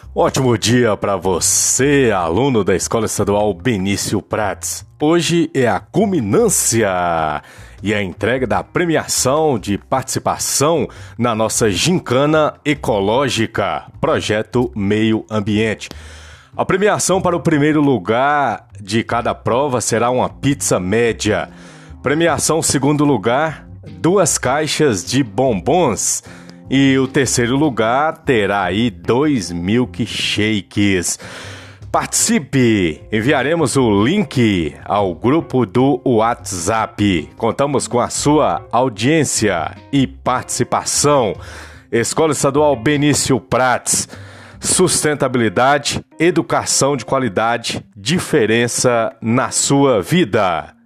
Ótimo dia para você, aluno da Escola Estadual Benício Prats. Hoje é a culminância e a entrega da premiação de participação na nossa gincana ecológica, Projeto Meio Ambiente. A premiação para o primeiro lugar de cada prova será uma pizza média. Premiação segundo lugar, 2 caixas de bombons. E o terceiro lugar terá aí 2 milkshakes. Participe! Enviaremos o link ao grupo do WhatsApp. Contamos com a sua audiência e participação. Escola Estadual Benício Prats. Sustentabilidade, educação de qualidade, diferença na sua vida.